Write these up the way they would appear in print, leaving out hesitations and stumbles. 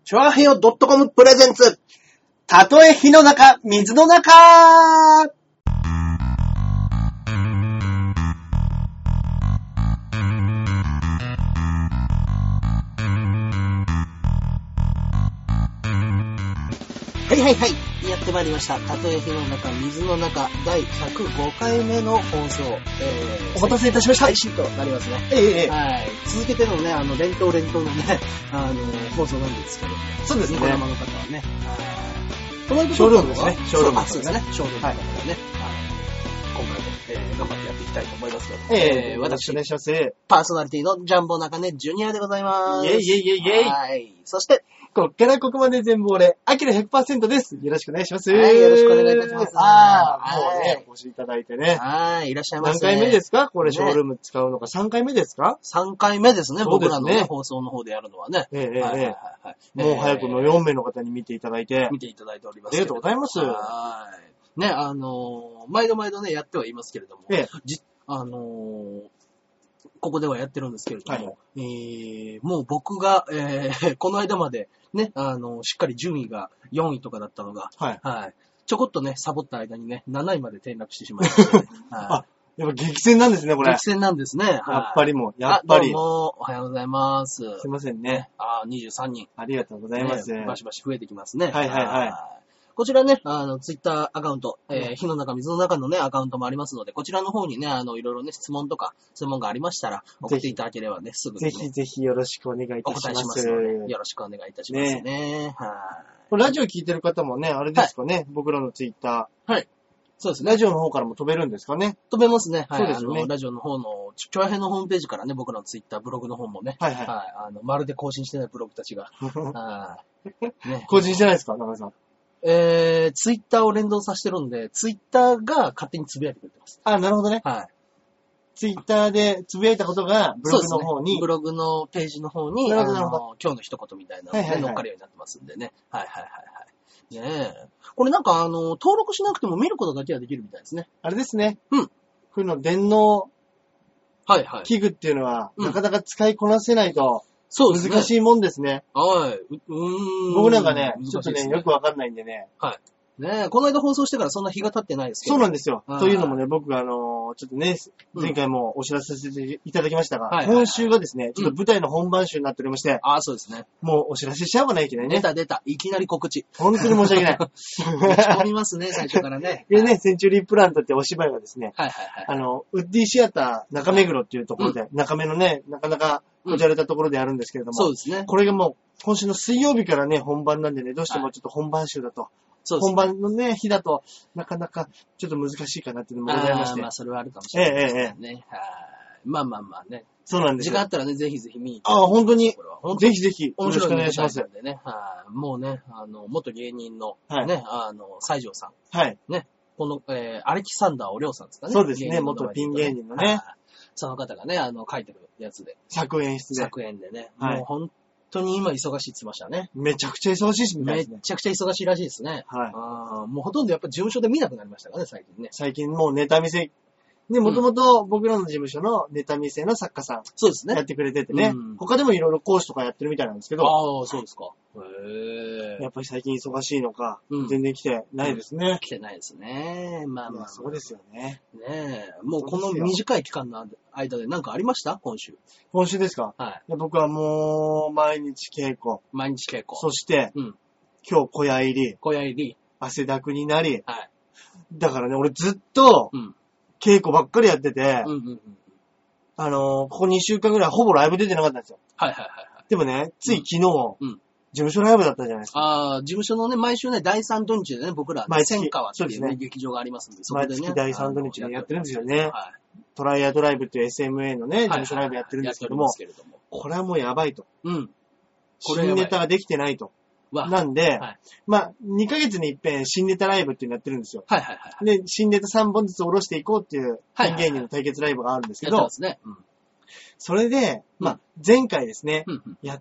チョアヘヨ .com プレゼンツ。たとえ火の中、水の中。はいはいはい。やってまいりました。たとえ火の中、水の中、第105回目の放送。 お待たせいたしました。 配信となりますね。はい。続けてのね、連投のね、放送なんですけど。 そうですね。 ニコ生の方はね。 ショールームですね。 ショールームですね。ショールームの方はね。今回も、頑張ってやっていきたいと思いますので。 私、お願いします。 パーソナリティのジャンボ中根ジュニアでございます。 イェイイェイイェイイェイ。 はい。そして、 こっからここまで全部俺、アキラ 100% です。よろしくお願いします。 はい、よろしくお願いいたします。 もうね、お越しいただいてね。 はい、いらっしゃいませ。 何回目ですかこれ、ショールーム使うのが3回目ですか ?3 回目ですね、僕らのね、放送の方でやるのはね。 もう早くの4名の方に見ていただいて。 見ていただいております。 ありがとうございます。 はい。ね、毎度毎度ね、やってはいますけれども。ここではやってるんですけれども、もう僕が、この間までね、しっかり順位が4位とかだったのが、ちょこっとね、サボった間にね、7位まで転落してしまいました、ね。 あ、やっぱ激戦なんですね、これ。 激戦なんですね。 やっぱりもう、やっぱり。 どうも、おはようございます。 すいませんね。 23人。 ありがとうございます。 バシバシ増えてきますね。 はい。 こちらね、ツイッターアカウント、火の中、水の中のね、アカウントもありますので、こちらの方にね、いろいろね、質問とか、そういうものがありましたら、送っていただければね、すぐに、ね。 ぜひぜひよろしくお願いいたします。 お答えしますので、よろしくお願いいたしますね。 ラジオ聞いてる方もね、あれですかね、僕らのツイッター。 はい。そうですね。 ラジオの方からも飛べるんですかね。 飛べますね。 そうですね。 ラジオの方の、チョアヘのホームページからね、僕らのツイッター、ブログの方もね。まるで更新してないブログたちが。 更新してないですか、中井さん。 ツイッターを連動させてるんで、ツイッターが勝手につぶやいてくれてます。 なるほどね。ツイッターでつぶやいたことが、ブログの方に。 ブログのページの方に、今日の一言みたいなのが乗っかるようになってますんでね。ねえ。これなんか登録しなくても見ることだけはできるみたいですね。 あれですね。こういうの電脳器具っていうのは、なかなか使いこなせないと、難しいもんですね。僕なんかね、ちょっとね、よくわかんないんでね。 ねえ、この間放送してからそんな日が経ってないですけど。 そうなんですよ。というのもね、僕がちょっとね、前回もお知らせさせていただきましたが、今週がですね、ちょっと舞台の本番週になっておりまして、 そうですね。 もうお知らせしちゃおうかないけないね。 出た。いきなり告知。 本当に申し訳ない。 打ち込みますね、最初からね。 でね、センチュリープラントってお芝居はですね、ウッディシアター中目黒っていうところで、中目のね、なかなかこじゃれたところでやるんですけれども、 そうですね。 これがもう、今週の水曜日からね、本番なんでね、どうしてもちょっと本番週だと。本番のね、日だと、なかなかちょっと難しいかなっていうのもございまして。 それはあるかもしれないですね。まあね。 そうなんですよ。 時間あったらね、ぜひぜひ見に行って。 本当に。ぜひぜひ、よろしくお願いします。 もうね、元芸人の、ね、西条さん。ね、この、アレキサンダーおりょうさんですかね。 そうですね、元ピン芸人のね。 その方がね、書いてるやつで。 作演室で。 作演でね。もう本当に今忙しいって言ってましたね。 めちゃくちゃ忙しいしみたいですね。 めちゃくちゃ忙しいらしいですね。もうほとんどやっぱ事務所で見なくなりましたからね、最近ね。 最近もうネタ見せ、ね、もともと僕らの事務所のネタ見せの作家さん。 そうですね。 やってくれててね。他でもいろいろ講師とかやってるみたいなんですけど。 そうですか。 やっぱり最近忙しいのか、全然来てないですね。 来てないですね。まあ。 そうですよね。 ねえ。もうこの短い期間の間で何かありました今週。 今週ですか僕はもう、毎日稽古。そして、今日小屋入り。汗だくになり。だからね、俺ずっと、稽古ばっかりやってて、ここ2週間ぐらいほぼライブ出てなかったんですよ。でもね、つい昨日、事務所ライブだったじゃないですか。 事務所のね、毎週ね、第3土日でね、僕ら、千川っていうね、劇場がありますんで、 そこでね。毎月第3土日でやってるんですよね。トライアドライブっていう SMA のね、事務所ライブやってるんですけども、これはもうやばいと。新ネタができてないと。なんで、2ヶ月に一遍新ネタライブっていうのやってるんですよ。で、新ネタ3本ずつ下ろしていこうっていう、芸人の対決ライブがあるんですけど、それで、前回ですね、やって、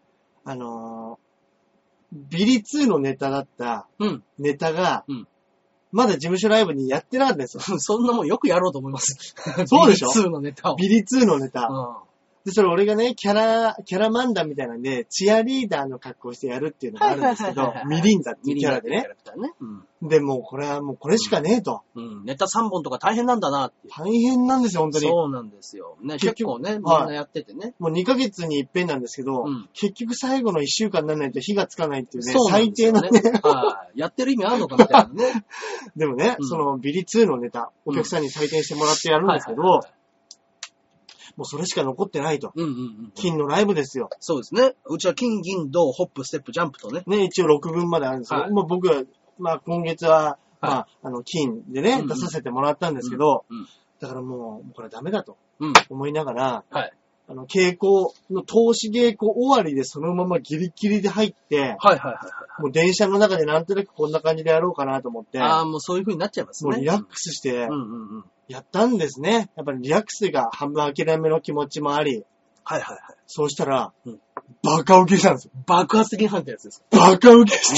ビリ2のネタだったネタが、まだ事務所ライブにやってなかったんですよ。 そんなもんよくやろうと思います。 そうでしょ？ ビリ2のネタを。 ビリ2のネタ。 で、それ俺がね、キャラ漫談みたいなんで、チアリーダーの格好をしてやるっていうのがあるんですけど、ミリンダっていうキャラでね。で、もうこれはもうこれしかねえと。 ネタ3本とか大変なんだなって。 大変なんですよ、本当に。 そうなんですよ。ね、結構ね、みんなやっててね。 もう2ヶ月に一遍なんですけど、結局最後の1週間にならないと火がつかないっていうね、最低なね。 やってる意味あるのかみたいなね。 でもね、そのビリ2のネタ、お客さんに採点してもらってやるんですけど、もうそれしか残ってないと。金のライブですよ。 そうですね。うちは金、銀、銅、ホップ、ステップ、ジャンプとね。 ね、一応6分まであるんですけど、もう僕は、まあ今月は、まあ、金でね、出させてもらったんですけど、だからもうこれダメだと思いながら、稽古の投資稽古終わりでそのままギリギリで入って、もう電車の中でなんとなくこんな感じでやろうかなと思って、 もうそういう風になっちゃいますね。 もうリラックスして、やったんですね。やっぱりリラックスが半分諦めの気持ちもあり、そうしたら、バカ受けしたんですよ。 爆発的に反対やつですか？ バカ受けして、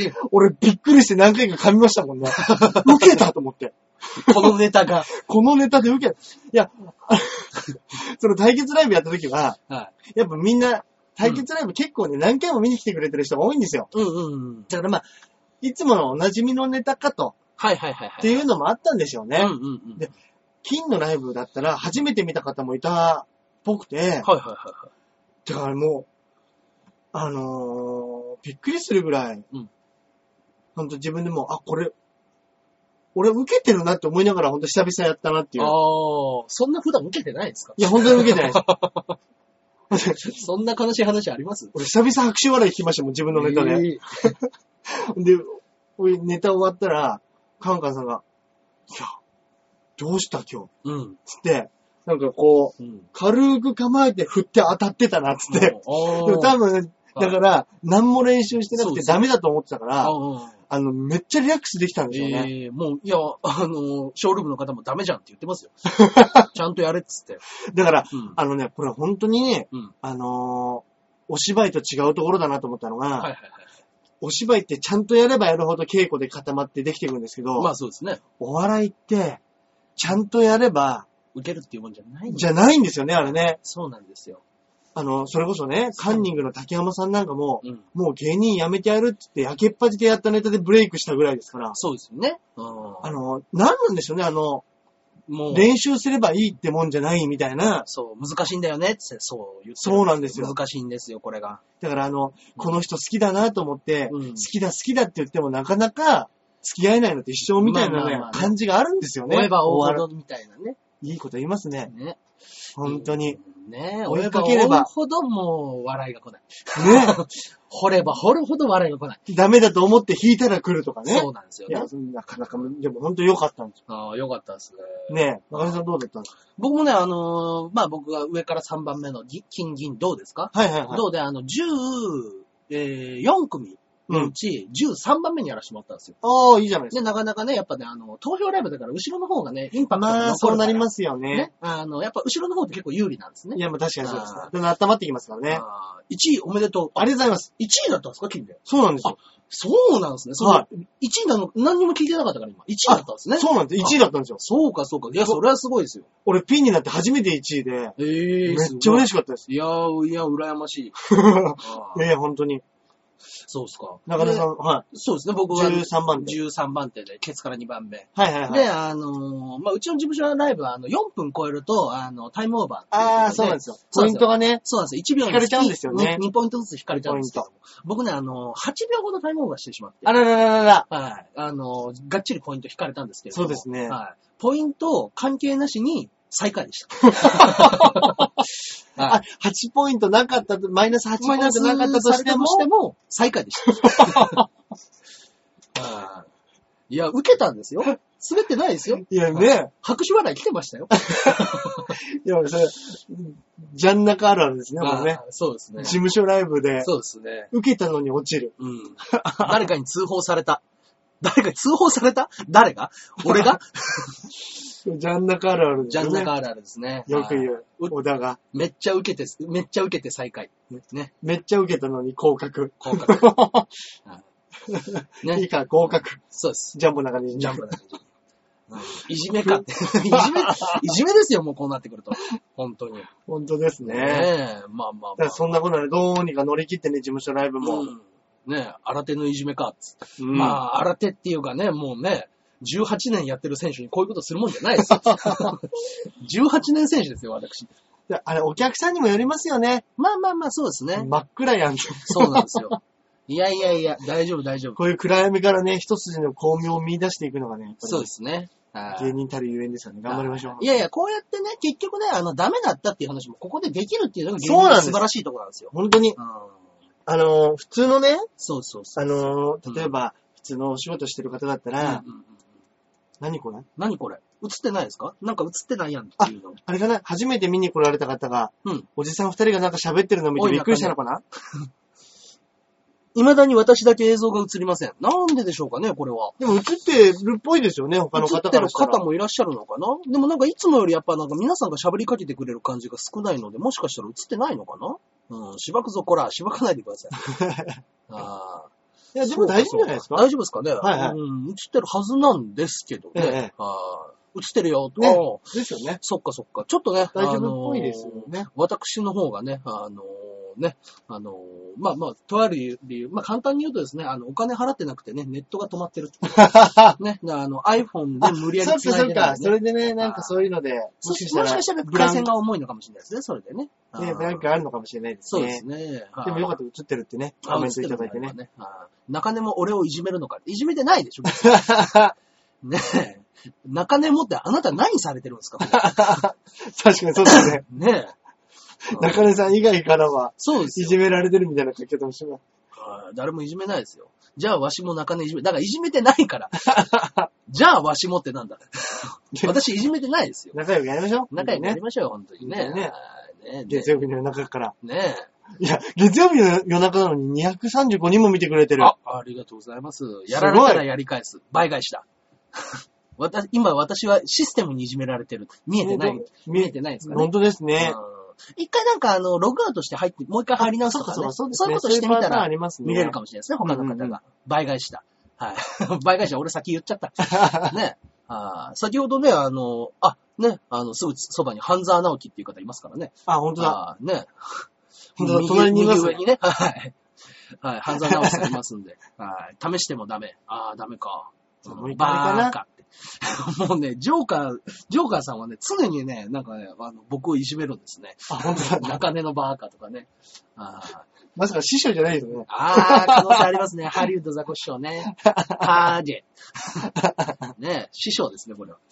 俺びっくりして何回か噛みましたもんね。受けたと思って。 このネタが。 このネタで受けた。いや、その対決ライブやった時は、やっぱみんな、対決ライブ結構ね、何回も見に来てくれてる人が多いんですよ。だからまあ、いつものお馴染みのネタかと。っていうのもあったんでしょうね。で、金のライブだったら初めて見た方もいたっぽくて、だからもう、びっくりするぐらい、ほんと自分でも、これ、俺受けてるなって思いながらほんと久々やったなっていう。 そんな普段受けてないですか？ いや、ほんとに受けてないです。 そんな悲しい話あります？ 俺久々拍手笑い聞きましたもん、自分のネタで。で、ネタ終わったら、カンカンさんが、いや、どうした今日、つって、なんかこう、軽く構えて振って当たってたな、つって。でも多分、だから、何も練習してなくてダメだと思ってたから、めっちゃリラックスできたんですよね。 もう、いや、ショールームの方もダメじゃんって言ってますよ。ちゃんとやれっつって。 だから、これ本当にね、お芝居と違うところだなと思ったのが、お芝居ってちゃんとやればやるほど稽古で固まってできていくんですけど、 まあそうですね。 お笑いって、ちゃんとやれば、 受けるっていうもんじゃないじゃないんですよね、あれね。 そうなんですよ。 それこそね、カンニングの竹山さんなんかも、もう芸人辞めてやるって言って、焼けっぱじでやったネタでブレイクしたぐらいですから。 そうですよね。 なんなんでしょうね、もう練習すればいいってもんじゃないみたいな。 そう、難しいんだよねってそう言って。 そうなんですよ。 難しいんですよ、これが。 だからこの人好きだなと思って、好きだって言ってもなかなか付き合えないのって一生みたいなね、感じがあるんですよね。 追えば追うほどみたいなね。 いいこと言いますね。ね。本当に。 ね、追いかければ追うほどもう笑いが来ない。 ね。 掘れば掘るほど笑いが来ない。 ダメだと思って弾いたら来るとかね。 そうなんですよね。 いや、なかなか、でも本当に良かったんですよ。良かったですね。 ねえ、中根さんどうだったんですか？ 僕もね、まあ僕が上から3番目の金銀銅ですか？銅で14組のうち13番目にやらせてもらったんですよ。いいじゃないですか。 で、なかなかね、やっぱね、投票ライブだから後ろの方がね、インパクトが残るから。 まあ、そうなりますよね。 やっぱ後ろの方って結構有利なんですね。 いや、まあ確かにそうですね。でも温まってきますからね。 1位おめでとう。 ありがとうございます。 1位だったんですか、金で。 そうなんですよ。 そうなんですね。1位なの、何にも聞いてなかったから今。1位だったんですね。 そうなんです。1位だったんですよ。 そうか。いや、それはすごいですよ。 俺ピンになって初めて1位で。めっちゃ嬉しかったです。 いや、羨ましい。 いや、本当に。 そうですか。 中田さん、 そうですね、僕は。 13番手。 13番手で、ケツから2番目。で、 まあ、うちの事務所のライブは、4分超えると、タイムオーバー。そうなんですよ。ポイントがね。 そうなんですよ。1秒に引かれちゃうんですよね。 2ポイントずつ引かれちゃうんですけど。僕ね、8秒ほどタイムオーバーしてしまって。 あらららら。 はい。がっちりポイント引かれたんですけど。 そうですね。 はい。ポイント関係なしに、最下位でした。 8ポイントなかった、マイナス8ポイントなかったとしても、 最下位でした。いや、受けたんですよ。滑ってないですよ。 いやね。 拍手笑い来てましたよ。 いや、それ、ジャンナカあるあるですね、これね。 そうですね。 事務所ライブで。 そうですね。 受けたのに落ちる。 誰かに通報された。誰かに通報された？誰が？俺が？ ジャンナカあるあるですね。 ジャンナカあるあるですね。 よく言う。小田が。 めっちゃ受けて最下位。ね。 めっちゃ受けたのに降格。 ね。 いいか、合格。 そうです。 ジャンボな感じ。 ジャンボな感じ。 いじめかって。いじめですよ、もうこうなってくると。本当に。 本当ですね。 ねえ、まあまあまあ。 そんなことでどうにか乗り切ってね、事務所ライブも。 ねえ、新手のいじめかっつって。まあ、新手っていうかね、もうね、18年やってる選手にこういうことするもんじゃないですよ。18年選手ですよ、私。 あれ、お客さんにもよりますよね。 まあまあまあ、そうですね。 真っ暗やん。 そうなんですよ。いや、大丈夫、大丈夫。 こういう暗闇からね、一筋の光明を見出していくのがね、 そうですね。 芸人たるゆえんですよね。頑張りましょう。 いや、こうやってね、結局ね、ダメだったっていう話もここでできるっていうのが芸人の素晴らしいところなんですよ。 本当に。普通のね、 そう。 例えば、普通のお仕事してる方だったら、何これ映ってないですか？なんか映ってないやんっていうの。 あれかな？初めて見に来られた方が、おじさん二人がなんか喋ってるのを見てびっくりしたのかな？ 未だに私だけ映像が映りません。なんででしょうかね、これは。 でも映ってるっぽいですよね、他の方からしたら。 映ってる方もいらっしゃるのかな？でもなんかいつもよりやっぱなんか皆さんが喋りかけてくれる感じが少ないので、もしかしたら映ってないのかな？しばくぞこら、しばかないでください。 いや、でも大丈夫じゃないですか？ 大丈夫ですかね？ はい。映ってるはずなんですけどね。映ってるよ、と。 ですよね。 そっか。ちょっとね、 大丈夫っぽいですよね。 私の方がね、まあ、とある理由、まあ、簡単に言うとですね、お金払ってなくてね、ネットが止まってる。ね、iPhone で無理やり繋いでる、ね。 それでね、なんかそういうので、 もしかしたら回線が重いのかもしれないですね、それでね。 なんかあるのかもしれないですね。 そうですね。 でもよかった、映ってるってね、コメントいただいてね。 中根も俺をいじめるのか。いじめてないでしょ、ねえ。中根もってあなた何されてるんですか？ 確かにそうですね。 ねえ。 中根さん以外からは、 そうですよ。 いじめられてるみたいな書き方もしてます。 誰もいじめないですよ。じゃあわしも中根いじめ、だからいじめてないから。じゃあわしもってなんだ。私いじめてないですよ。 仲良くやりましょう。 仲良くやりましょうよ、本当にね。 月曜日の夜中から。 ねえ。いや、月曜日の夜中なのに235人も見てくれてる。 ありがとうございます。やられたらやり返す。倍返しだ。今私はシステムにいじめられてる。見えてないですかね。 本当ですね。 一回なんかログアウトして入って、もう一回入り直すとかね。そういうことしてみたら見れるかもしれないですね、他の方が。倍返しだ。はい。倍返しは俺先言っちゃった。ね。先ほどね、すぐそばに半沢直樹っていう方いますからね。 本当だ。 ね。 本当だ、隣にいます。 右上にね。はい。はい。半沢直樹さんいますんで。はい。試してもダメ。ダメか。バーカって。もうね、ジョーカーさんはね、常にね、なんかね、僕をいじめるんですね。 本当だ。 中根のバーカとかね。 まさか師匠じゃないですよね。 可能性ありますね。ハリウッドザコ師匠ね。ハージェ。ね、師匠ですね、これは。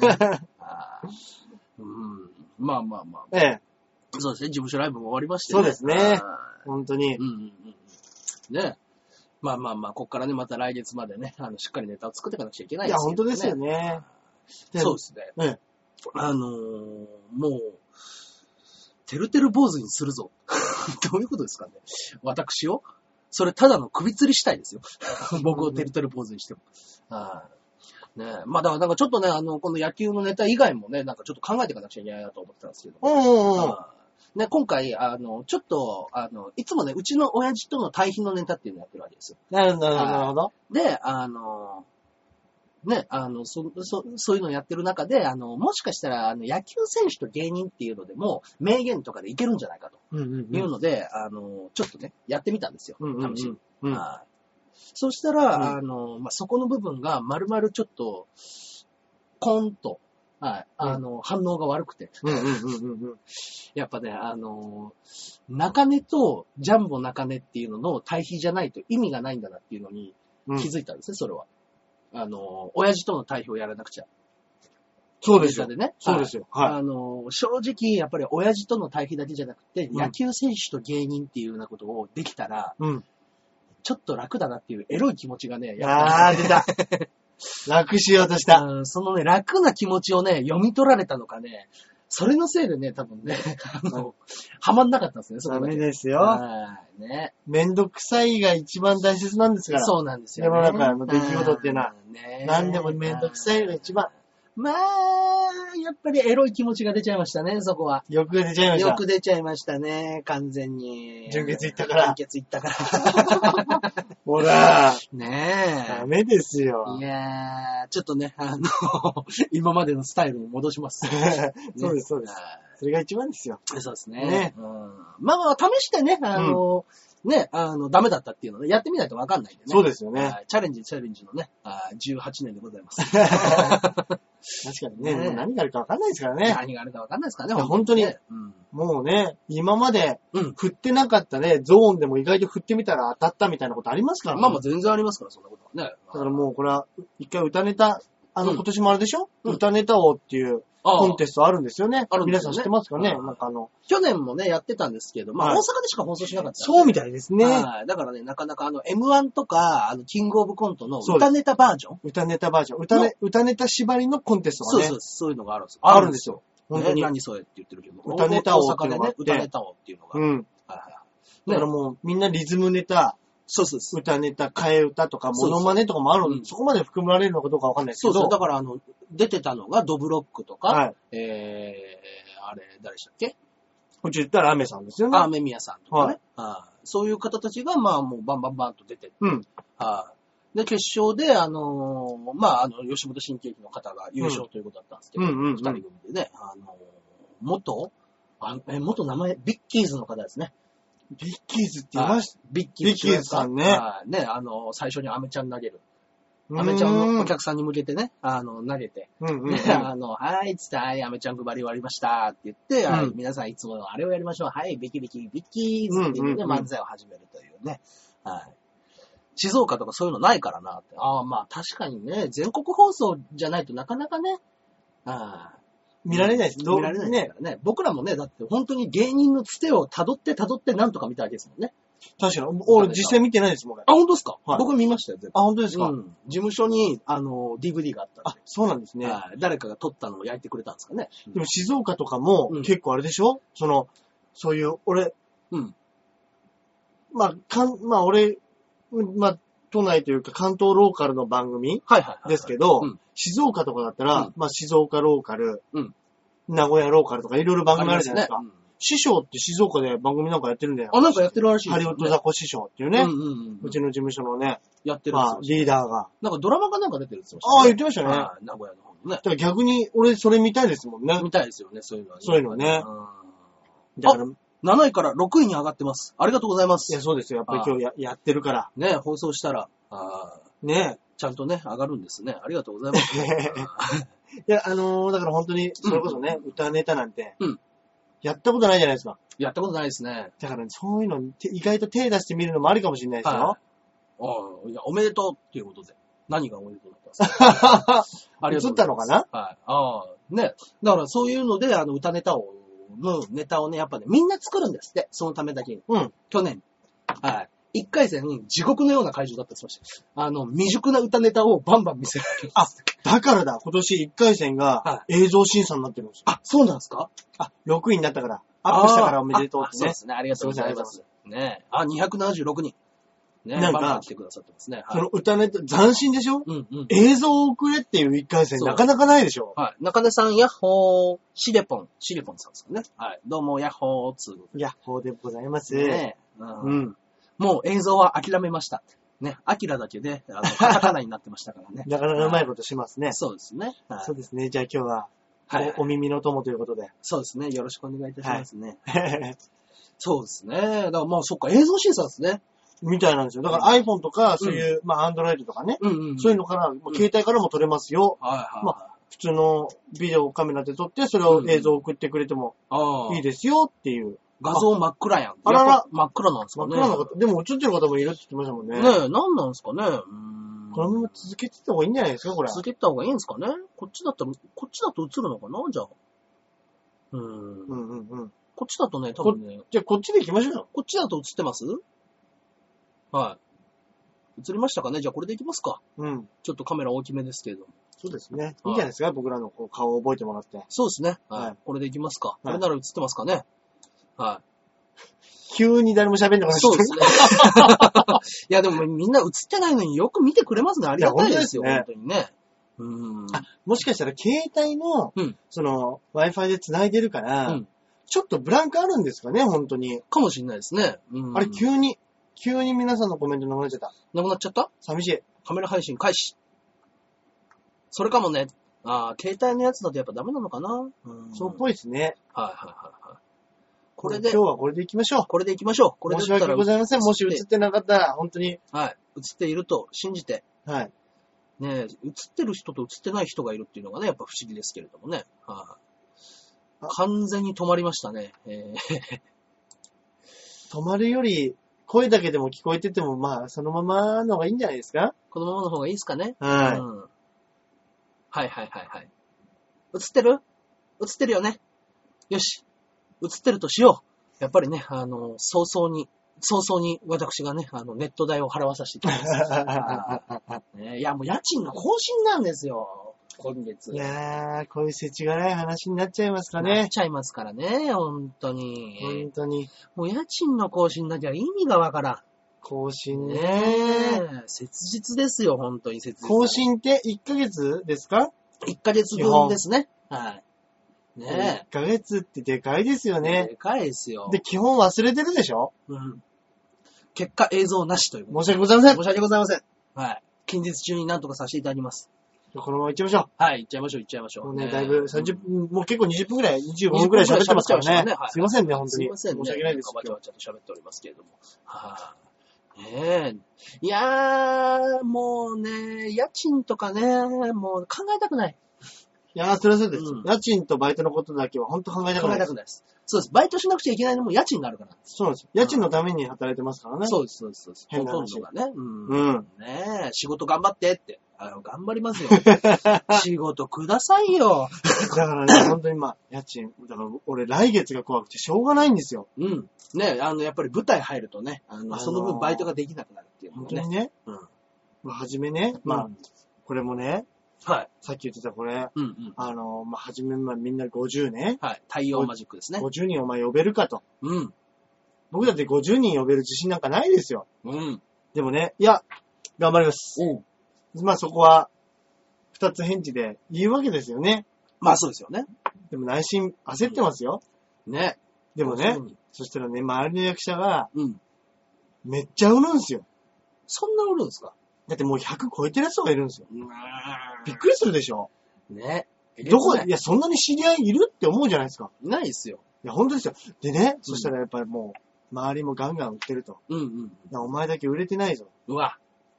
まあ。そうですね、事務所ライブも終わりましてね。そうですね。本当に。 ね。まあ、こっからね、また来月までね、しっかりネタを作っていかなくちゃいけないですよね。 いや、本当ですよね。 そうですね。もう、てるてる坊主にするぞ。どういうことですかね。私をそれただの首吊りしたいですよ。僕をてるてる坊主にしても。ねまあだからなんかちょっとね、この野球のネタ以外もね、なんかちょっと考えていかなくちゃいけないなと思ってたんですけど。ね、今回、ちょっと、いつもね、うちの親父との対比のネタっていうのをやってるわけですよ。 なるほど。 で、ね、そういうのをやってる中で、もしかしたら、野球選手と芸人っていうのでも、名言とかでいけるんじゃないかというので、ちょっとね、やってみたんですよ。試しに。そしたら、そこの部分が丸々ちょっと、コーンと、反応が悪くて。やっぱね、中根とジャンボ中根っていうのの対比じゃないと意味がないんだなっていうのに気づいたんですね、それは。親父との対比をやらなくちゃ。 そうですよ。 ね、 そうですよ。 正直、やっぱり親父との対比だけじゃなくて、野球選手と芸人っていうようなことをできたら、ちょっと楽だなっていうエロい気持ちがね、 やっぱり。出た。楽しようとした。 そのね、楽な気持ちをね、読み取られたのかね、それのせいでね、多分ね、はまんなかったんですね、そこダメですよ。 ね。 めんどくさいが一番大切なんですから。 そうなんですよ、 ね。世の中の出来事っていうのは、何でもめんどくさいが一番。 まあ、やっぱりエロい気持ちが出ちゃいましたね、そこは。 欲が出ちゃいました。 欲出ちゃいましたね、完全に。 純潔いったから。 純潔いったから。 ほら。 ねえ。 ダメですよ。 いやー、ちょっとね、今までのスタイルに戻します。 そうです、そうです。それが一番ですよ。 そうですね。まあ、試してね、ね、ダメだったっていうのね、やってみないとわかんないんでね。 そうですよね。 チャレンジのね、18年でございます。 確かにね、もう何があるかわかんないですからね。 何があるかわかんないですからね、 本当に。もうね、今まで振ってなかったね、ゾーンでも意外と振ってみたら当たったみたいなことありますからね。 まあ全然ありますから、そんなことはね。 だからもうこれは、一回歌ネタ、今年もあれでしょ、歌ネタ王っていうコンテストあるんですよね。皆さん知ってますかね、なんか去年もね、やってたんですけど、まあ大阪でしか放送しなかった。 そうみたいですね。 だからね、なかなかM1 とか、キングオブコントの歌ネタバージョン歌ネタバージョン。歌ネタ縛りのコンテストがね。 そういうのがあるんですよ。 あるんですよ。 本当に。何それって言ってるけど。 歌ネタ王っていうのがあって。 歌ネタ王っていうのが。 だからもうみんなリズムネタ、歌ネタ、替え歌とか、モノマネとかもあるので、そこまで含まれるのかどうかわかんないですけど。 だから出てたのがドブロックとか、あれ、誰でしたっけ？ こっち言ったらアメさんですよね。 アメミヤさんとかね。そういう方たちが、まあもうバンバンと出てって。で、決勝で、吉本新喜劇の方が優勝ということだったんですけど、二人組でね、元名前、ビッキーズの方ですね。 ビッキーズって言いました？ ビッキーズさんね。 ね、最初にアメちゃん投げる。アメちゃんのお客さんに向けてね、投げて、はい、つって、はい、アメちゃん配り終わりましたって言って、皆さんいつものあれをやりましょう。はい、ビッキーズっていうね、漫才を始めるというね。静岡とかそういうのないからなって。まあ確かにね、全国放送じゃないとなかなかね、 見られないです。 見られないですからね。僕らもね、だって本当に芸人のつてを辿ってなんとか見たわけですもんね。 確かに。俺実際見てないですもん。 本当ですか？僕見ましたよ。 本当ですか？ 事務所に、DVD があったんで。 そうなんですね。 誰かが撮ったのを焼いてくれたんですかね。 でも静岡とかも結構あれでしょ？そういう、俺、俺、都内というか関東ローカルの番組ですけど、静岡とかだったら、静岡ローカル、名古屋ローカルとかいろいろ番組あるじゃないですか。師匠って静岡で番組なんかやってるんだよ。 なんかやってるらしいですね。 ハリウッドザコ師匠っていうね。うちの事務所のね。 やってるリーダーが。 なんかドラマかなんか出てるんですよ。 言ってましたね。 名古屋の方のね。 だから逆に俺それ見たいですもんね。 見たいですよね、そういうのは。 そういうのね。だから 7位から6位に上がってます。ありがとうございます。 いや、そうですよ。やっぱり今日やってるから。 ね、放送したら、 ね。 ちゃんとね、上がるんですね。ありがとうございます。 いや、だから本当に、それこそね、歌ネタなんて、やったことないじゃないですか。 やったことないですね。 だからそういうの、意外と手出してみるのもありかもしれないですよ。 いや、おめでとうっていうことで。何がおめでとうだったんですか？ ありがとうございます。映ったのかな？ね。だからそういうので、歌ネタをね、やっぱね、みんな作るんですって。そのためだけに。去年。1回戦、地獄のような会場だったって言ってました。未熟な歌ネタをバンバン見せられる。 だからだ。今年1回戦が映像審査になってるんですよ。 そうなんですか ？6位になったから。アップしたからおめでとうってね。 そうですね。ありがとうございます。ね。276人。ね。バンバン来てくださってますね。 その歌ネタ、斬新でしょ？映像を送れっていう1回戦なかなかないでしょ？ 中根さん、ヤッホー、シレポンさんですかね。どうも、ヤッホーヤッホーでございます。 ね。もう映像は諦めました。ね。アキラだけで、カタカナになってましたからね。 なかなかうまいことしますね。 そうですね。 そうですね。じゃあ今日は、お耳の友ということで。 そうですね。よろしくお願いいたしますね。そうですね。だからそっか、映像審査ですね。 みたいなんですよ。だから iPhone とか、そういう、Android とかね。そういうのから、携帯からも撮れますよ。普通のビデオカメラで撮って、それを映像を送ってくれてもいいですよっていう。 画像真っ暗やん。 あらら。 真っ暗なんですかね。 真っ暗な方。でも映ってる方もいるって言ってましたもんね。 何なんですかね。 このまま続けてた方がいいんじゃないですか、これ。 続けた方がいいんですかね。こっちだと映るのかな、じゃあ。こっちだとね、多分ね。 じゃあこっちで行きましょうよ。 こっちだと映ってます？映りましたかね。じゃあこれで行きますか。ちょっとカメラ大きめですけれども。 そうですね。いいんじゃないですか、僕らの顔を覚えてもらって。 そうですね。これで行きますか。これなら映ってますかね。 急に誰も喋んなくなっちゃった。 そうですね。いやでもみんな映ってないのによく見てくれますね。ありがたいですよ。本当にね。 もしかしたら携帯の、Wi-Fi で繋いでるから、ちょっとブランクあるんですかね、本当に。 かもしれないですね。 あれ急に急に皆さんのコメントなくなっちゃった。 なくなっちゃった？ 寂しい。 カメラ配信開始。それかもね、携帯のやつだとやっぱダメなのかな？ そうっぽいですね。 はい。これで。 今日はこれで行きましょう。 これで行きましょう。これで申し訳ございません。もし映ってなかったら、本当に。 はい。映っていると信じて。 はい。 ねえ、映ってる人と映ってない人がいるっていうのがね、やっぱ不思議ですけれどもね。完全に止まりましたね。 止まるより、声だけでも聞こえてても、まあ、そのままの方がいいんじゃないですか？ このままの方がいいですかね。 はい。 はい。映ってる？映ってるよね。よし。映ってるとしよう。やっぱりね、早々に私がね、ネット代を払わさせていただきます。いや、もう家賃の更新なんですよ。今月。 いやー、こういう世知辛い話になっちゃいますかね。 なっちゃいますからね、本当に。 本当に。 もう家賃の更新だけは意味がわからん。 更新ね。 切実ですよ、本当に切実。 更新って1ヶ月ですか？ 1 ヶ月分ですね。はい。 ねえ。1ヶ月ってでかいですよね。 でかいですよ。 で、基本忘れてるでしょ？ 結果映像なしという。 申し訳ございません。 申し訳ございません。はい。近日中になんとかさせていただきます。 このまま行っちゃいましょう。 はい、行っちゃいましょう。 もうね、だいぶ30分、もう結構20分くらい、25分くらい喋ってますからね。すいませんね、本当に。 すいませんね。 申し訳ないです。 バチャバチャと喋っておりますけれども。いやー、もうね、家賃とかね、もう考えたくない。 いやー、それはそうです。家賃とバイトのことだけは本当考えたくないです。 そうです。バイトしなくちゃいけないのも家賃があるから。 そうなんです。家賃のために働いてますからね。 そうです。 変な話がね。ねえ、仕事頑張ってって。頑張りますよ。仕事くださいよ。 だからね、本当に家賃、だから俺来月が怖くてしょうがないんですよ。 ねえ、やっぱり舞台入るとね、その分バイトができなくなるっていうのね。本当にね。はじめね、これもね、 はい。 さっき言ってたこれ、はじめみんな50ね。 はい。太陽マジックですね。 50人お前呼べるかと。僕だって50人呼べる自信なんかないですよ。でもね、いや、頑張ります。そこは、二つ返事で言うわけですよね。 まあそうですよね。 でも内心焦ってますよ。 ね。 でもね、そしたらね、周りの役者が、めっちゃ売るんですよ。 そんな売るんですか？ だってもう100超えてる人がいるんですよ。びっくりするでしょ？ ね。 いや、そんなに知り合いいるって思うじゃないですか。 いないですよ。 いや、本当ですよ。でね、そしたらやっぱりもう、周りもガンガン売ってると。お前だけ売れてないぞ。 うわ。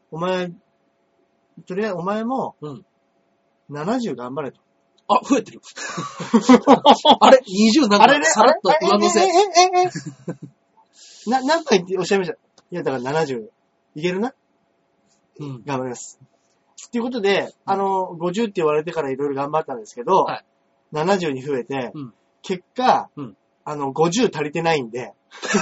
とりあえずお前も、70頑張れと。 あ、増えてる。あれ ?20 なんかさらっと上乗せ。 何回おっしゃいました？いや、だから70いけるな。頑張ります。っていうことで、50って言われてからいろいろ頑張ったんですけど、70に増えて、結果、50足りてないんで、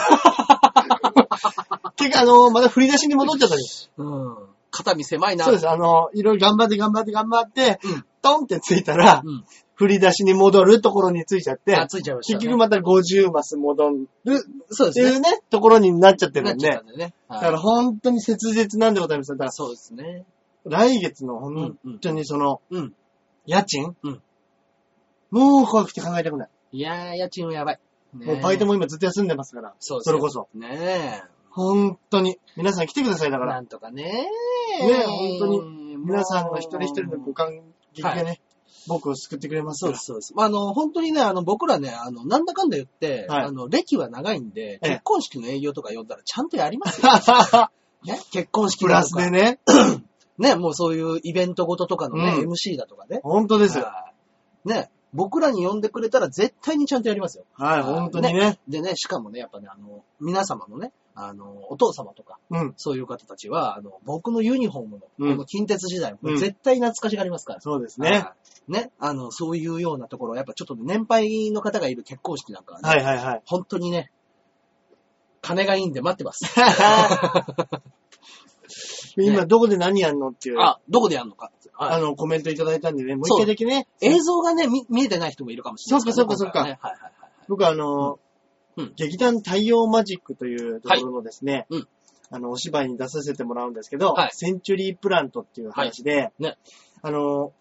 結果、また振り出しに戻っちゃったんです。 肩身狭いな。 そうです。いろいろ頑張って、トンってついたら、振り出しに戻るところについちゃって、 ついちゃいましたね。 結局また50マス戻るっていうね、ところになっちゃってるんで、だから本当に切実なんでございます。だからそうですね。 来月の本当に家賃、もう怖くて考えたくない。 いやー、家賃はやばい。 もうバイトも今ずっと休んでますから、それこそ。 ねえ。 本当に。皆さん来てください、だから。 なんとかね。 ねえ、本当に。皆さんの一人一人のご感激がね、僕を救ってくれますから。 そうです。本当にね、僕らね、なんだかんだ言って、歴は長いんで、結婚式の営業とか呼んだらちゃんとやりますよ。ね、結婚式プラスでね。 ね、もうそういうイベントごととかのね、MC だとかね。 本当ですよ。 ね、僕らに呼んでくれたら絶対にちゃんとやりますよ。 はい、本当にね。 でね、しかもね、やっぱね、皆様のね、お父様とか、そういう方たちは、僕のユニフォームの、この近鉄時代、絶対懐かしがりますから。 そうですね。 ね、そういうようなところ、やっぱちょっと年配の方がいる結婚式なんかはね、本当にね、金がいいんで待ってます。 今どこで何やんのっていう。 どこでやんのか。 コメントいただいたんでね、もう一回だけね。 映像がね、見えてない人もいるかもしれないですね。 そうか。僕劇団太陽マジックというところのですね、お芝居に出させてもらうんですけど、センチュリープラントっていう話で、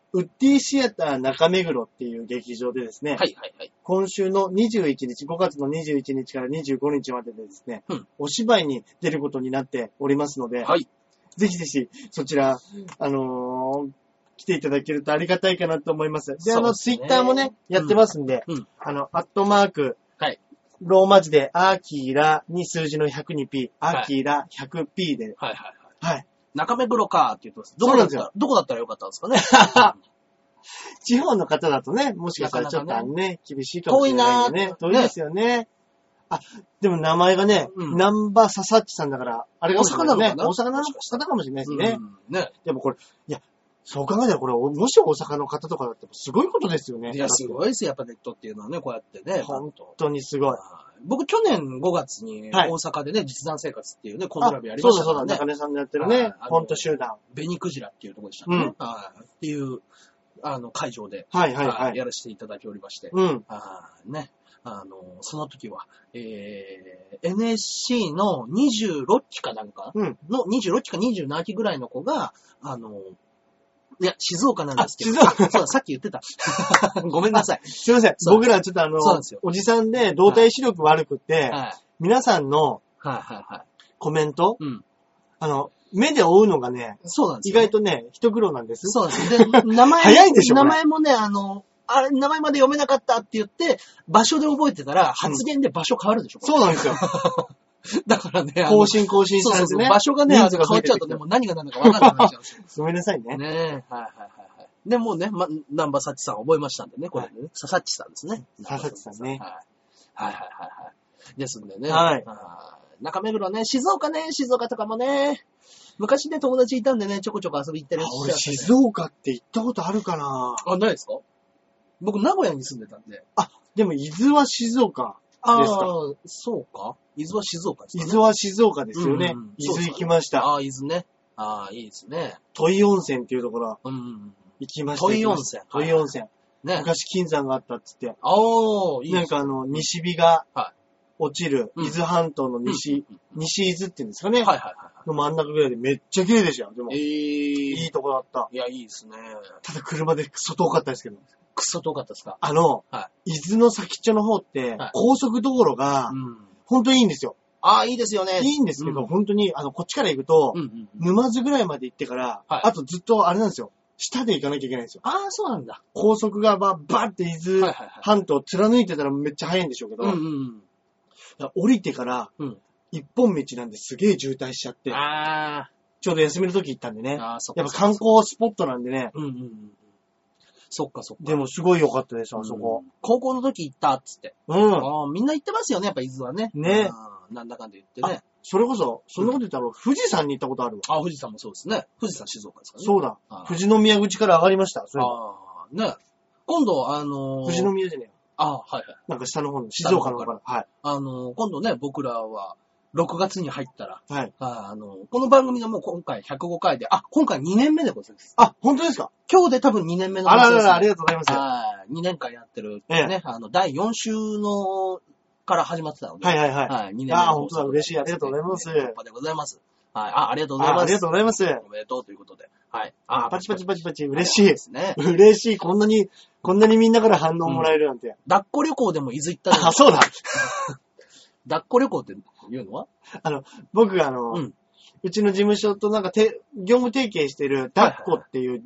ウッディシアター中目黒っていう劇場でですね、はいはいはい。今週の21日、5月の21日から25日まででですね、お芝居に出ることになっておりますので、はい。ぜひぜひ、そちら、来ていただけるとありがたいかなと思います。で、ツイッターもね、やってますんで、アットマーク、はい。ローマ字で、アーキーラに数字の 102P、アーキーラ 100P で、はいはいはい。はい。 中目黒かって言ってます。どこだったらよかったんですかね。 地方の方だとね、もしかしたらちょっとね、厳しいかもしれないよね。遠いですよね。あ、でも名前がね、南波佐々木さんだから、あれが大阪なのかな？大阪の方かもしれないですね。ね。でもこれ、いや、そう考えたらこれ、もし大阪の方とかだってすごいことですよね。 いや、すごいですよ、やっぱネットっていうのはね、こうやってね。 本当にすごい。 僕、去年5月に大阪でね、実弾生活っていうね、コントラビやりましたからね。 そうだ、中根さんのやってるね、コント集団。 紅クジラっていうところでしたね。っていう、会場で、やらせていただいておりまして。ね。その時は、NSC の26期かなんかの、26期か27期ぐらいの子が、いや、静岡なんですけど。そうだ、さっき言ってた。ごめんなさい。 すいません。僕らちょっとおじさんで動体視力悪くて、皆さんのコメント、目で追うのがね、意外とね、一苦労なんです。 そうなんです。で、名前、 早いんでしょ名前もね、名前まで読めなかったって言って、場所で覚えてたら、発言で場所変わるでしょ、 そうなんですよ。 だからね、 更新されてね。 場所がね、変わっちゃうとね、もう何が何だか分からなくなっちゃうんですよ。 ごめんなさいね。 ねはい。で、もうね、南波幸さん覚えましたんでね、これね。佐々木さんですね。 佐々木さんね。 はい。ですんでね。はい。中目黒ね、静岡とかもね、昔ね、友達いたんでね、ちょこちょこ遊び行ったりして。 俺、静岡って行ったことあるかな？ ないですか？僕、名古屋に住んでたんで。 でも、伊豆は静岡ですか？ そうか？伊豆は静岡ですね。伊豆は静岡ですよね。伊豆行きました。 伊豆ね。いいですね。 土井温泉っていうところ、行きました。 土井温泉。 ね。昔金山があったっつって。 いいですね。 なんか西日が落ちる、伊豆半島の西伊豆っていうんですかね。の真ん中ぐらいでめっちゃ綺麗でしたよ。でも、いいとこだった。 いや、いいですね。 ただ車でクソ遠かったですけど。 クソ遠かったですか？ 伊豆の先っちょの方って、高速道路が、本当にいいんですよ。 いいですよね。 いいんですけど、本当に、こっちから行くと、沼津ぐらいまで行ってから、あとずっとあれなんですよ。下で行かなきゃいけないんですよ。 そうなんだ。 高速がバーって伊豆半島を貫いてたらめっちゃ早いんでしょうけど、降りてから、一本道なんですげえ渋滞しちゃって、ちょうど休みの時行ったんでね。やっぱ観光スポットなんでね。そっか。でもすごい良かったです、あそこ。 高校の時行ったっつって。みんな行ってますよね、やっぱ伊豆はね。 ね。 なんだかんで言ってね。 それこそ、そんなこと言ったら富士山に行ったことあるわ。富士山もそうですね。富士山静岡ですかね。 そうだ。富士宮口から上がりました。 ね。今度、 富士宮じゃねえよ。 はい。 なんか下の方の、静岡の方から。はい。 今度ね、僕らは、6月に入ったら、この番組がもう今回105回で、今回2年目でございます。 本当ですか？ 今日で多分2年目の放送です。ありがとうございます。 2年間やってるね、第4週のから始まってたので。 はい。2年目。本当だ、嬉しい。ありがとうございます。 突破でございます。ありがとうございます。 ありがとうございます。 おめでとうということで。はい。 パチパチ、嬉しいですね。嬉しい。こんなにみんなから反応もらえるなんて。 抱っこ旅行でも伊豆行ったの。 そうだ。 抱っこ旅行って言うのは？ 僕がうちの事務所となんか業務提携してる抱っこっていう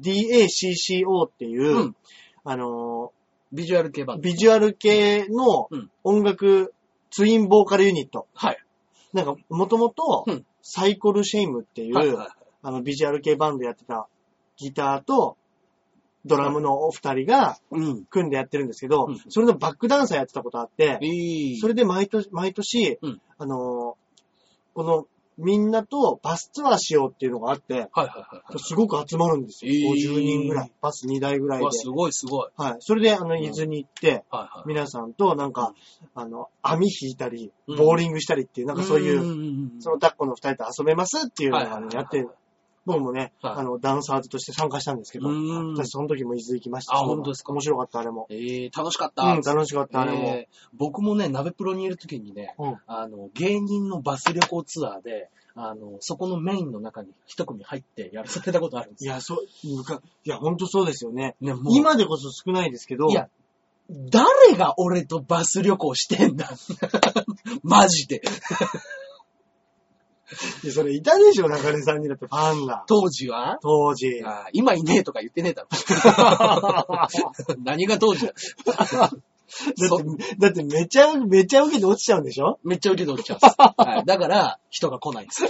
DACCO っていう、 ビジュアル系バンド。 ビジュアル系の音楽ツインボーカルユニット。 はい。 なんか、もともと、サイコルシェイムっていう、ビジュアル系バンドやってたギターとドラムのお二人が組んでやってるんですけど、それのバックダンサーやってたことあって、それで毎年、このみんなとバスツアーしようっていうのがあって、すごく集まるんですよ。50人ぐらい。バス2台ぐらいで。 すごい。 はい。それで、伊豆に行って、皆さんと、なんか、網引いたり、ボーリングしたりっていう、なんかそういう、その抱っこの2人と遊べますっていうのをやって、僕もね、ダンサーズとして参加したんですけど、私その時も伊豆行きました。 本当ですか？ 面白かった、あれも。 楽しかった。 楽しかった、あれも。 僕もね、鍋プロにいる時にね、芸人のバス旅行ツアーで、 そこのメインの中に一組入ってやらされたことあるんですよ。 いや、ほんとそうですよね。今でこそ少ないですけど。 いや、誰が俺とバス旅行してんだマジで。 いや、それいたでしょ、中根さんにだってファンが。 当時は今いねえとか言ってねえだろ。何が当時だ。 だってめちゃ受けて落ちちゃうんでしょ？ めっちゃ受けて落ちちゃうんです。はい。だから、人が来ないんです。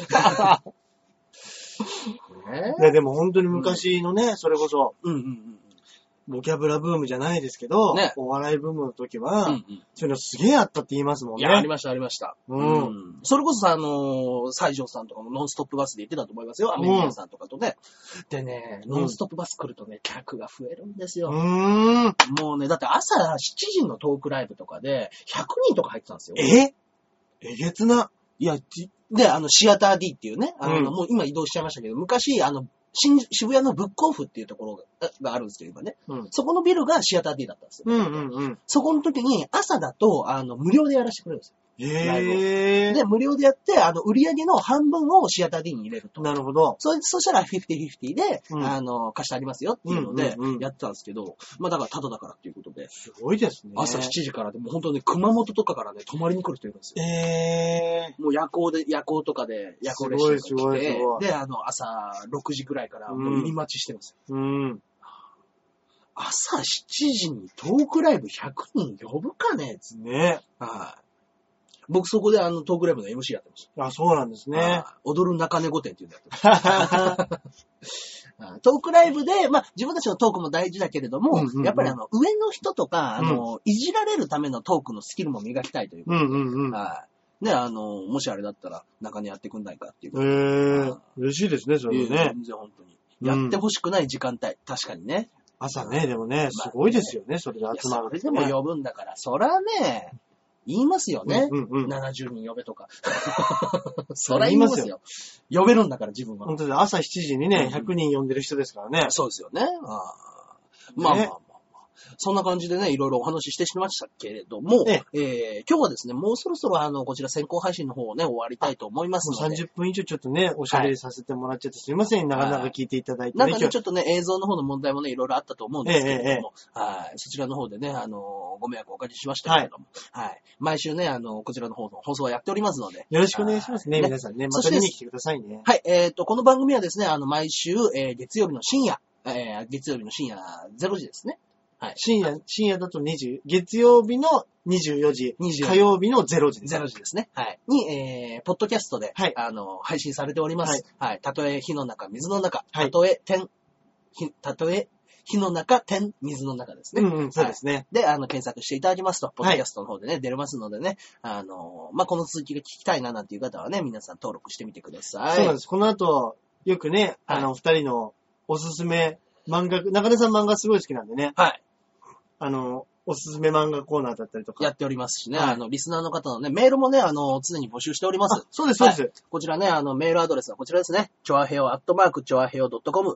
いや、でも本当に昔のね、それこそ、ボキャブラブームじゃないですけど、ね、お笑いブームの時は、そういうのすげえあったって言いますもんね。 いや、ありました。それこそさ、西条さんとかもノンストップバスで行ってたと思いますよ。アメリカンさんとかとね。でね、ノンストップバス来るとね、客が増えるんですよ。もうね、だって朝7時のトークライブとかで、100人とか入ってたんですよ。 えげつな。 いや、で、シアター D っていうね、もう今移動しちゃいましたけど、昔、渋谷のブックオフっていうところがあるんですけど、今ね。そこのビルがシアター D だったんですよ。そこの時に朝だと、無料でやらせてくれるんですよ。ライブを。で、無料でやって、売り上げの半分をシアター D に入れると。 なるほど。 そしたら50-50で、貸してありますよっていうので、やってたんですけど、まあだからタダだからっていうことで。 すごいですね。 朝7時からで、もう本当に熊本とかからね、泊まりに来る人いるんですよ。もう夜行とかで、夜行列車が来て、で、朝6時くらいからもう入り待ちしてるんですよ。朝7時にトークライブ100人呼ぶかねつね。 はい。僕そこでトークライブの MC やってました。 あ、そうなんですね。 踊る中根御殿っていうのやってました。トークライブで、まあ自分たちのトークも大事だけれども、やっぱり上の人とか、いじられるためのトークのスキルも磨きたいということで、ね、もしあれだったら中根やってくんないかっていうことで。 嬉しいですね、それね。 全然本当に。やってほしくない時間帯、確かにね。 朝ね、でもね、すごいですよね、それで集まる。 それでも呼ぶんだから、そらね、言いますよね。70人呼べとか。そら言いますよ。呼べるんだから自分は。 本当に朝7時にね、100人呼んでる人ですからね。 そうですよね。まあ。そんな感じでね、いろいろお話ししてしまいましたけれども、今日はですね、もうそろそろこちら先行配信の方をね、終わりたいと思いますので。 30分以上ちょっとね、おしゃべりさせてもらっちゃってすいません、なかなか聞いていただいて、 ね。なんかね、ちょっとね、映像の方の問題もね、いろいろあったと思うんですけれども、そちらの方でね、ご迷惑をおかけしましたけれども、毎週ね、こちらの方の放送はやっておりますので。 よろしくお願いしますね、皆さんね。また見に来てくださいね。 はい、この番組はですね、毎週、月曜日の深夜0時ですね。はい。 深夜だと月曜日の24時、火曜日の0時です。 0時ですね。はい。に、ポッドキャストで、配信されております。はい。たとえ火の中、水の中、たとえ火の中、水の中ですね。 そうですね。 で、検索していただきますと、ポッドキャストの方でね、出れますのでね、まあ、この続きが聞きたいななんていう方はね、皆さん登録してみてください。 そうなんです。この後、よくね、二人のおすすめ漫画、中根さん漫画すごい好きなんでね。はい。おすすめ漫画コーナーだったりとか。 やっておりますしね。リスナーの方のね、メールもね、常に募集しております。 そうです、そうです。 こちらね、メールアドレスはこちらですね。ちょあへよ@choaheo.com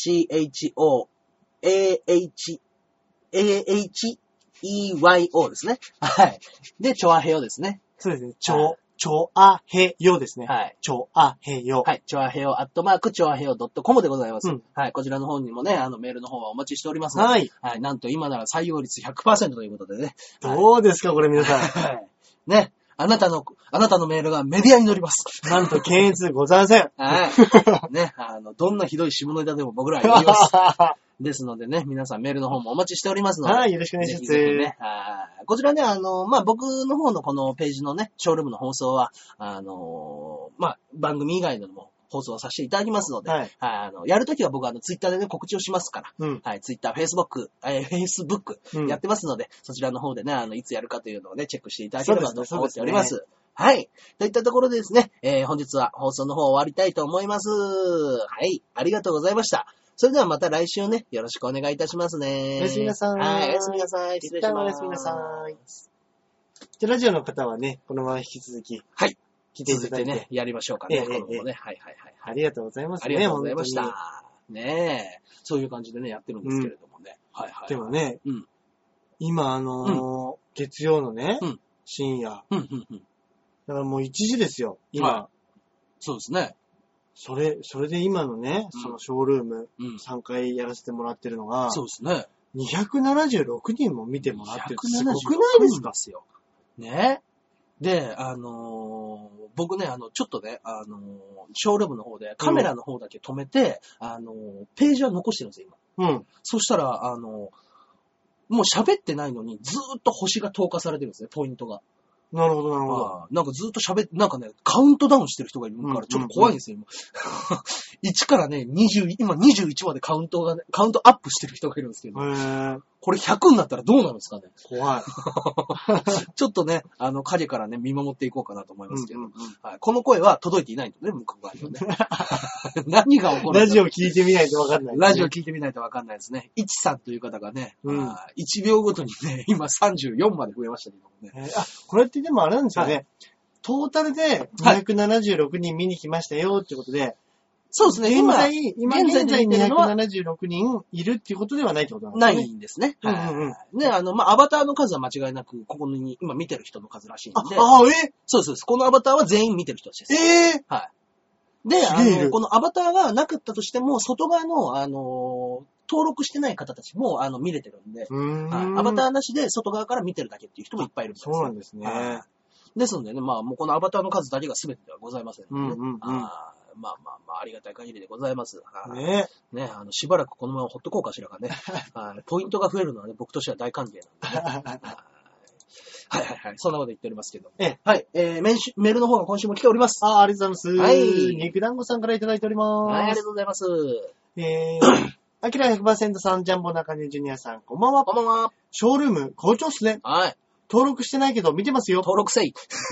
CHOAHEYO ですね。はい。で、ちょあへよですね。 そうですね。ちょあへよですね。 はい。 ちょあへよ。 はい。ちょあへよ@choaheo.com でございます。はい。こちらの方にもね、メールの方はお待ちしておりますので。はい。はい。なんと今なら採用率 100% ということでね。 どうですか、これ皆さん。 はい。ね。あなたのメールがメディアに載ります。 なんと検閲ございません。 はい。ね。どんなひどい下ネタでも僕らは言います。ですのでね、皆さんメールの方もお待ちしておりますので。 はい、よろしくお願いします。 ぜひね、こちらね、まあ、僕の方のこのページのね、ショールームの放送は、まあ、番組以外のも放送させていただきますので、はい、やるときは僕ツイッターでね、告知をしますから、はい、ツイッター、フェイスブック、やってますので、そちらの方でね、いつやるかというのをね、チェックしていただければと思っております。はい。といったところでですね、本日は放送の方終わりたいと思います。はい。ありがとうございました。それではまた来週ね、よろしくお願いいたしますね。 おやすみなさい。 はい、おやすみなさい。失礼します。 おやすみなさい。じゃあラジオの方はね、このまま引き続き。 はい。 来ていただいて。 ね、やりましょうかね。はいはいはい。ありがとうございます。 ありがとうございました。ねえ。そういう感じでね、やってるんですけれどもね。はいはい。 でもね、今月曜のね、深夜。だからもう1時ですよ、今。 そうですね。 それで今のね、そのショールーム、3回やらせてもらってるのが、 そうですね。 276人も見てもらってるってすごくないですか？ ですよ。ね。で、僕ね、ちょっとね、ショールームの方でカメラの方だけ止めて、ページは残してるんですよ、今。そしたら、もう喋ってないのに、ずーっと星が投下されてるんですね、ポイントが。 なるほど、なるほど。 なんかずっとなんかね、カウントダウンしてる人がいるから、ちょっと怖いんですよ、今。1からね、今21までカウントアップしてる人がいるんですけど、これ100になったらどうなるんですかね。 怖い。 ちょっとね、影からね、見守っていこうかなと思いますけど、はい、この声は届いていないんでね、向こう側にはね。何が起こるラジオ聞いてみないとわかんない、 ね。ラジオ聞いてみないとわかんないですね。いちさんという方がね、1秒ごとにね、今34まで増えましたね。 これってでもあれなんですよね。はい、トータルで276人見に来ましたよってことで、 そうですね。 今現在276人いるっていうことではないってことなんですね。 ないんですね。ね、アバターの数は間違いなく、ここに今見てる人の数らしいんで。そうです。このアバターは全員見てる人たちです。はい。で、このアバターがなかったとしても、外側の、登録してない方たちも、見れてるんで、アバターなしで外側から見てるだけっていう人もいっぱいいるんです。 そうなんですね。 ですのでね、もうこのアバターの数だけが全てではございませんのでね。ありがたい限りでございます。ね、しばらくこのままほっとこうかしらがね。ポイントが増えるのはね、僕としては大歓迎なんでね。はい。そんなこと言っておりますけど。はい。メールの方が今週も来ております。 ありがとうございます。はい。肉団子さんからいただいております。 はい、ありがとうございます。 アキラ 100% さん、ジャンボ中根ジュニアさん、こんばんは。 こんばんは。 ショールーム、好調っすね。 はい。 登録してないけど見てますよ。 登録せい。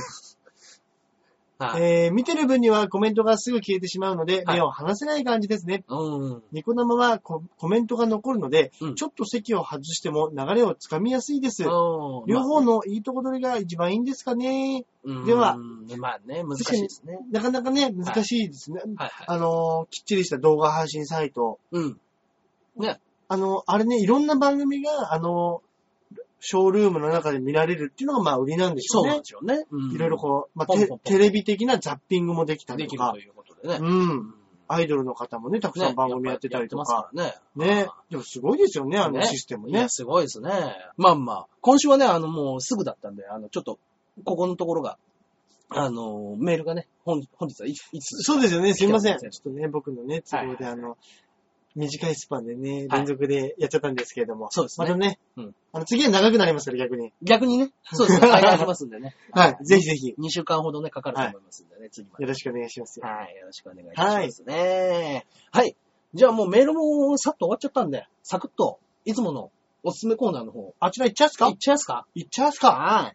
見てる分にはコメントがすぐ消えてしまうので、目を離せない感じですね。ニコ生はコメントが残るので、ちょっと席を外しても流れをつかみやすいです。両方のいいとこ取りが一番いいんですかね。では、 難しいですね。 なかなかね、難しいですね。きっちりした動画配信サイト。ね。あれね、いろんな番組が、ショールームの中で見られるっていうのが売りなんでしょうね。 そうなんでしょうね。 いろいろテレビ的なザッピングもできたりとか。 できるということでね。 アイドルの方もね、たくさん番組やってたりとか。ね。でもすごいですよね、システムね。 いや、すごいですね。今週はね、もうすぐだったんで、ちょっと、ここのところが、メールがね、本日はいつ。 そうですよね、すいません。ちょっとね、僕のね、都合で短いスパンでね、連続でやっちゃったんですけれども。 そうですね。 またね、次は長くなりますから、逆に。 逆にね。そうですね。ありますんでね。 はい。ぜひぜひ。 2週間ほどね、かかると思いますんでね、次まで。 よろしくお願いします。 はい。よろしくお願いしますね。はい。じゃあもうメールもさっと終わっちゃったんで、サクッと、いつものおすすめコーナーの方。 あちら行っちゃいますか？ 行っちゃいますか？ 行っちゃいますか？ はい。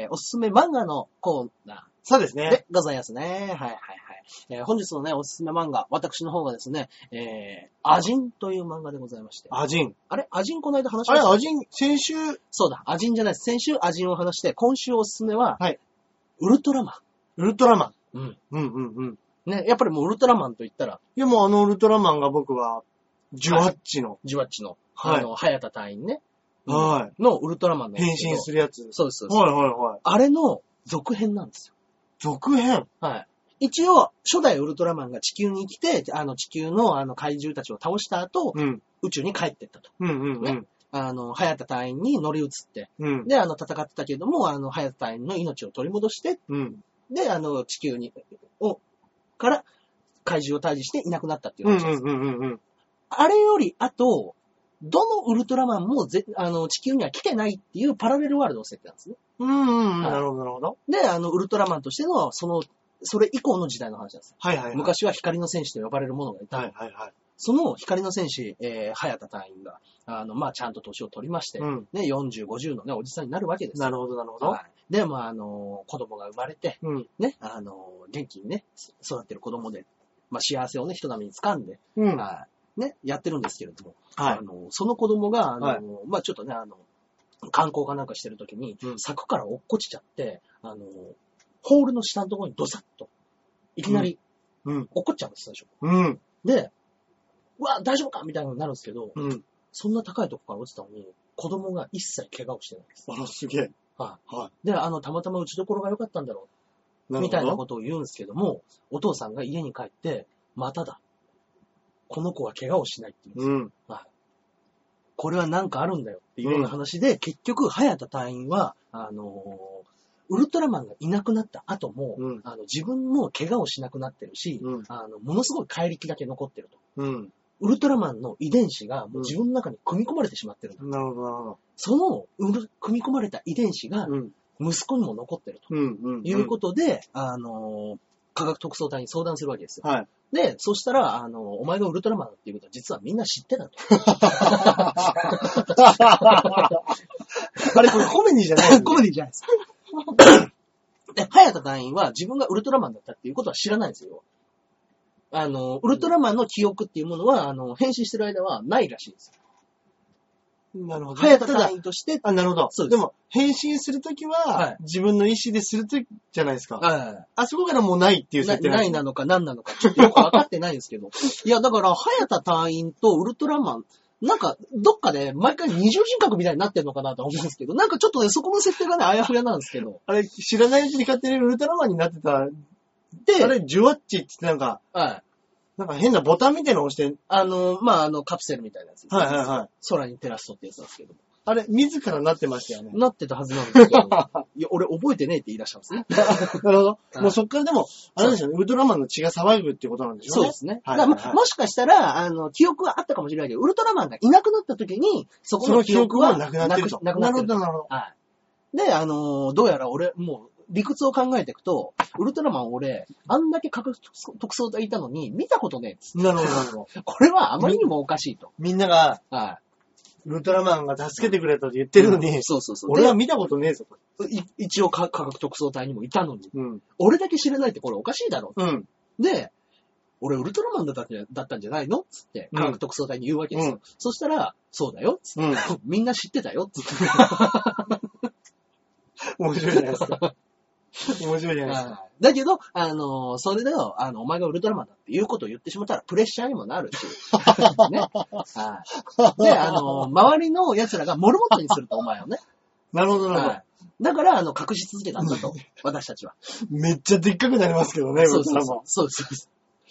おすすめ漫画のコーナー。 そうですね。 でございますね。はい。本日のね、おすすめ漫画、私の方がですね、アジンという漫画でございまして。 アジン。 あれアジンこの間話しました？ アジン、先週。 そうだ、アジンじゃないです。先週アジンを話して、今週おすすめは、ウルトラマン。 ウルトラマン。ね、やっぱりもうウルトラマンと言ったら。 いやもうウルトラマンが僕は、ジュワッチの。 早田隊員ね。 はい。 のウルトラマンの。 変身するやつ。 そうです。 はい。 あれの続編なんですよ。 続編？ はい。一応、初代ウルトラマンが地球に来て、地球の怪獣たちを倒した後、宇宙に帰ってったと。早田隊員に乗り移って、で、戦ってたけれども、早田隊員の命を取り戻して、で、地球に、から怪獣を退治していなくなったっていう話です。あれより後、どのウルトラマンも地球には来てないっていうパラレルワールドの設定なんですね。 なるほど。 で、ウルトラマンとしての、それ以降の時代の話なんです。昔は光の戦士と呼ばれるものがいた。その光の戦士、早田隊員が、ちゃんと年を取りまして、ね、40、50のね、おじさんになるわけです。 なるほど。 で、子供が生まれて、ね、元気にね、育ってる子供で、幸せをね、人並みに掴んで、ね、やってるんですけれども、その子供が、ちょっとね、観光かなんかしてるときに、柵から落っこちちゃって、ホールの下のところにドサッと、いきなり、落っこっちゃうんです、最初。で、うわ、大丈夫かみたいなのになるんですけど、そんな高いとこから落ちたのに、子供が一切怪我をしてないんです。 すげえ。 で、たまたま打ちどころが良かったんだろみたいなことを言うんですけども、お父さんが家に帰って、まただ。この子は怪我をしないって言うんですよ。はい。これはなんかあるんだよっていうような話で、結局、早田隊員は、ウルトラマンがいなくなった後も、自分も怪我をしなくなってるし、ものすごい怪力だけ残ってると。ウルトラマンの遺伝子がもう自分の中に組み込まれてしまってるんだ。 なるほど。 その組み込まれた遺伝子が息子にも残ってるということで、科学特捜隊に相談するわけですよ。はい。で、そしたら、お前がウルトラマンだっていうことは実はみんな知ってたと。 あれこれコメディじゃないコメディじゃないです。で、早田隊員は自分がウルトラマンだったっていうことは知らないんですよ。ウルトラマンの記憶っていうものは、変身してる間はないらしいです。 なるほど。 早田隊員として。 なるほど。そうです。でも、変身するときは、自分の意思でするときじゃないですか。あそこからもうないっていう設定ないなのか何なのか、ちょっとよくわかってないんですけど。いや、だから、早田隊員とウルトラマン、なんか、どっかで毎回二重人格みたいになってるのかなと思うんですけど、なんかちょっとね、そこの設定がね、あやふやなんですけど。 あれ、知らないうちに勝手にウルトラマンになってた。で、あれ、ジュワッチってなんか、なんか変なボタンみたいなの押して。 カプセルみたいなやつです、ね。空に照らすとってやつなんですけど。 あれ、自らなってましたよね。 なってたはずなんですけど。いや、俺覚えてねえって言い出したんですね。 なるほど。もうそっからでも、あれですよね、ウルトラマンの血が騒ぐってことなんでしょうね。 そうですね。もしかしたら、記憶はあったかもしれないけど、ウルトラマンがいなくなった時に、そこの記憶はなくなってると。 なくなってる。なるほど。はい。で、どうやら俺、もう、理屈を考えていくと、ウルトラマン俺、あんだけ特捜隊いたのに、見たことねえっつって。 なるほど、なるほど。 これはあまりにもおかしいと。 みんなが、ウルトラマンが助けてくれたと言ってるのに、 そう。 俺は見たことねえぞと。 一応科学特捜隊にもいたのに、俺だけ知らないってこれおかしいだろ。で、俺ウルトラマンだったんじゃないのつって、科学特捜隊に言うわけですよ。そしたら、そうだよ。つって、みんな知ってたよ。つって。 面白いじゃないですか。面白いじゃないですか。 だけど、それで、お前がウルトラマンだっていうことを言ってしまったらプレッシャーにもなるし。ね。で、周りの奴らがモルモットにすると、お前をね。 なるほど、なるほど。 だから、隠し続けたんだと、私たちは。 めっちゃでっかくなりますけどね、ウルトラマン。 そうです。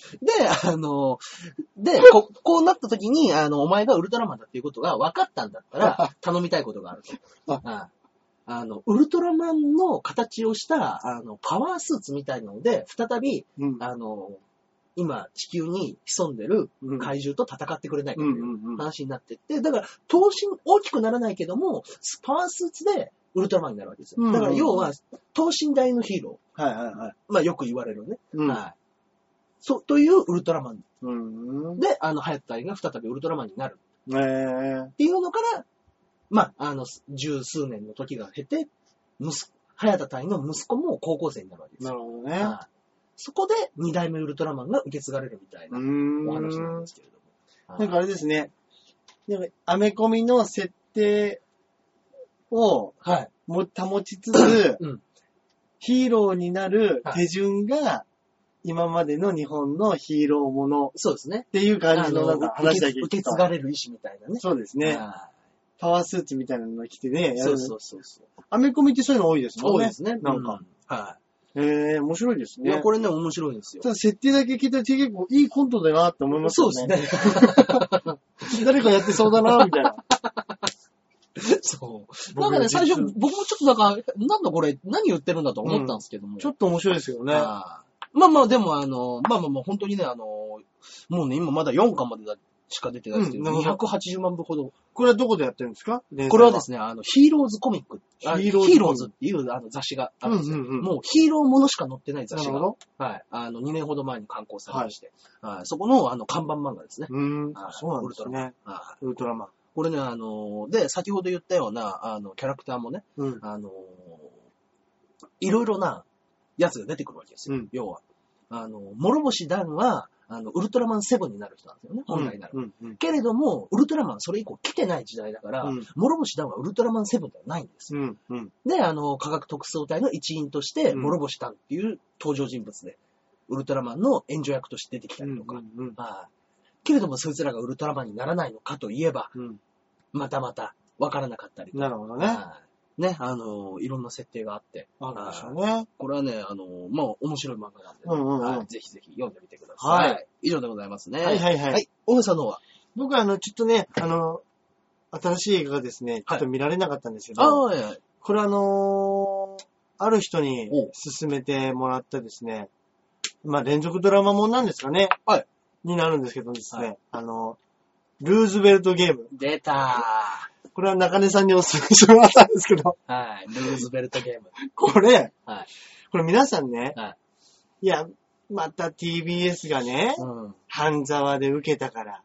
で、こうなった時に、お前がウルトラマンだっていうことが分かったんだったら、頼みたいことがあると。ウルトラマンの形をした、パワースーツみたいなので、再び、今、地球に潜んでる怪獣と戦ってくれないかという話になってって、だから、大きくならないけども、パワースーツでウルトラマンになるわけですよ。だから、要は、等身大のヒーロー。よく言われるね。というウルトラマン。で、早田隊が再びウルトラマンになる。っていうのから、十数年の時が経て、早田隊の息子も高校生になるわけです。 なるほどね。 そこで二代目ウルトラマンが受け継がれるみたいなお話なんですけれども。 なんかあれですね。アメコミの設定を保ちつつ、ヒーローになる手順が今までの日本のヒーローもの。 そうですね。 っていう感じのなんか話だけ受け継がれる意志みたいなね。 そうですね。パワースーツみたいなのが来てね。 そう。 アメコミってそういうの多いですもんね。 多いですね。 なんか。面白いですね。 いや、これね、面白いんですよ。 ただ設定だけ聞いたら結構いいコントだなって思いますよね。 そうですね。 誰かやってそうだな、みたいな。 そう。なんかね、最初、僕もちょっとなんか、なんだこれ、何言ってるんだと思ったんですけども。 ちょっと面白いですよね。 でも本当にね、もうね、今まだ4巻までしか出てないですけど、280万部ほど。 これはどこでやってるんですか？ これはですね、ヒーローズコミック。ヒーローズっていう雑誌があるんですよ。もうヒーローものしか載ってない雑誌が。はい。2年ほど前に刊行されまして。そこの、看板漫画ですね。 そうなんですね。ウルトラマン。 これね、で、先ほど言ったような、キャラクターもね、いろいろなやつが出てくるわけですよ。要は。諸星ダンは、ウルトラマンセブンになる人なんですよね、本来なら。けれども、ウルトラマンそれ以降来てない時代だから、諸星ダンはウルトラマンセブンではないんですよ。で、科学特捜隊の一員として、諸星ダンっていう登場人物で、ウルトラマンの援助役として出てきたりとか。けれども、そいつらがウルトラマンにならないのかといえば、またまた、わからなかったりとか。 なるほどね。 ね、いろんな設定があって。 あるんでしょうね。 これはね、まあ、面白い漫画なんで、 はい、 ぜひぜひ読んでみてください。はい。以上でございますね。 はいはいはい。はい。 大江さんの方は僕はちょっとね、新しい映画がですね、ちょっと見られなかったんですけど、 はいはい。 これある人に勧めてもらったですね、まあ連続ドラマもんなんですかね。 はい。 になるんですけどですね、はい、ルーズベルトゲーム。 出たー。これは中根さんにお勧めしてもらったんですけど。 はい。ルーズベルトゲーム。 これ、 はい。 これ皆さんね、 はい。 いや、また TBS がね、半沢で受けたから、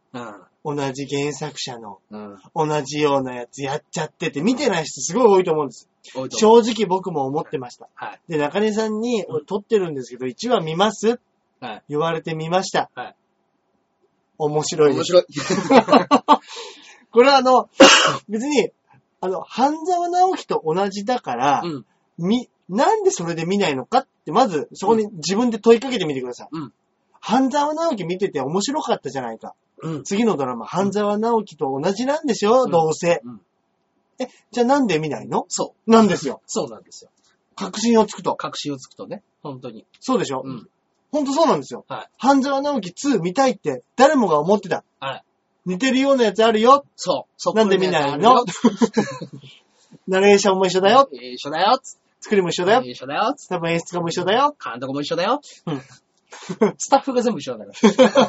同じ原作者の、同じようなやつやっちゃってて、見てない人すごい多いと思うんです。正直僕も思ってました。 はい、 で、中根さんに、撮ってるんですけど、1話見ます、はい、言われてみました。はい、面白いです。面白い。これは別に、半沢直樹と同じだから、なんでそれで見ないのかって、まず、そこに自分で問いかけてみてください。半沢直樹見てて面白かったじゃないか。次のドラマ、半沢直樹と同じなんでしょ、どうせ。じゃあなんで見ないの？そうなんですよ。 そうなんですよ。 確信をつくとね。本当に。 そうでしょ？本当そうなんですよ。はい。半沢直樹2見たいって誰もが思ってた。はい。似てるようなやつあるよ。 そう。 なんで見ないの？ナレーションも一緒だよ。 一緒だよ。 作りも一緒だよ。 一緒だよ。 多分演出家も一緒だよ。 監督も一緒だよ。スタッフが全部一緒だから。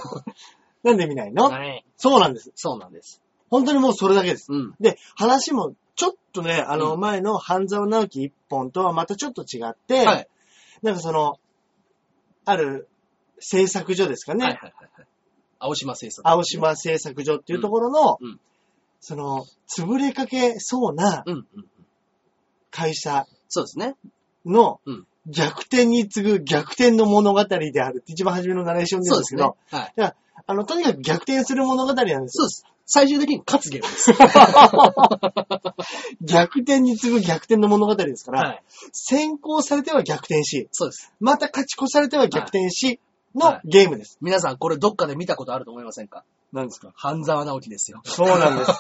なんで見ないの？そうなんです。 そうなんです。 本当にもうそれだけです。で、話もちょっとね、前の半沢直樹一本とはまたちょっと違って、はい、なんかある製作所ですかね。はいはいはい。 青島製作。 青島製作所っていうところの、潰れかけそうな会社そうですね。 の逆転に次ぐ逆転の物語であるって一番初めのナレーションなんですけど、そうですね。はい。とにかく逆転する物語なんですよ。 そうです。最終的に勝つゲームです。 逆転に次ぐ逆転の物語ですから、はい、先行されては逆転し、 そうです。 また勝ち越されては逆転し、のゲームです、 はい。皆さんこれどっかで見たことあると思いませんか？ 何ですか？ 半沢直樹ですよ。 そうなんです。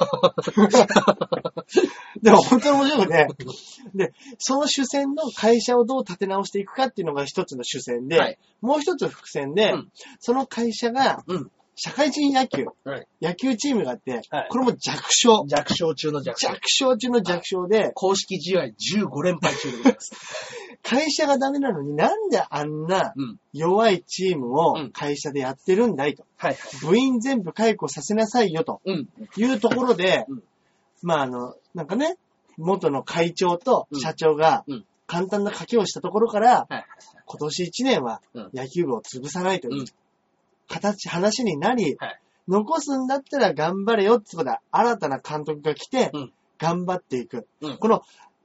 でも本当に面白くて、で、その主戦の会社をどう立て直していくかっていうのが一つの主戦で、はい、もう一つ伏線で、その会社が、社会人野球、野球チームがあって、これも弱小。 弱小中の弱小。 弱小中の弱小で、 公式試合15連敗中でございます。 会社がダメなのになんであんな弱いチームを会社でやってるんだいと。部員全部解雇させなさいよというところで、まあなんかね、元の会長と社長が簡単な賭けをしたところから、今年1年は野球部を潰さないという話になり、残すんだったら頑張れよってことで新たな監督が来て、頑張っていく。この、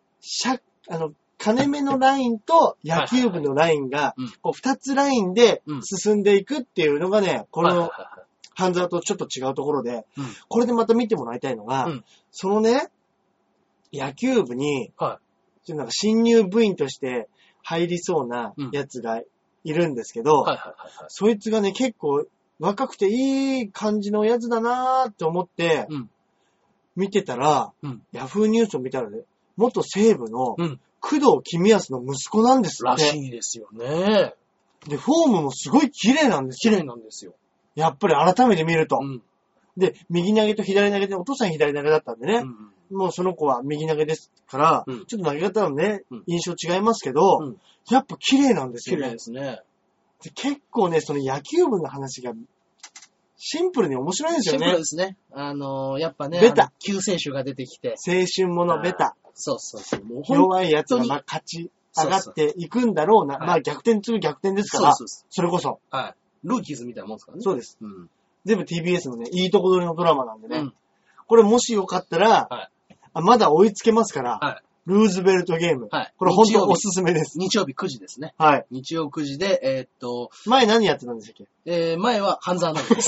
金目のラインと野球部のラインが、二つラインで進んでいくっていうのがね、この、半沢とちょっと違うところで、これでまた見てもらいたいのが、そのね、野球部に、なんか新入部員として入りそうなやつがいるんですけど、そいつがね、結構若くていい感じのやつだなーって思って、見てたら、ヤフーニュースを見たらね、元西武の工藤公康の息子なんですって。らしいですよね。 で、フォームもすごい綺麗なんですよ。 綺麗なんですよ。 やっぱり改めて見ると。で、右投げと左投げで、お父さん左投げだったんでね、もうその子は右投げですから、ちょっと投げ方はね、印象違いますけど、やっぱ綺麗なんですよね。 綺麗ですね。 で結構ね、その野球部の話が、シンプルに面白いんですよね。 シンプルですね。やっぱね、 ベタ。 救世主が出てきて。 青春ものベタ。 そうそうそう。 もう弱いやつが勝ち上がっていくんだろうな。そうそうまあ逆転する逆転ですから、それこそ。 はい。ルーキーズみたいなもんですからね。 そうです。全部 TBS のね、いいとこ取りのドラマなんでね。これもしよかったら、まだ追いつけますから、ルーズベルトゲーム。これ本当おすすめです。 日曜日9時ですね。 はい。 日曜9時で、 前何やってたんでしたっけ？前は半沢直樹です。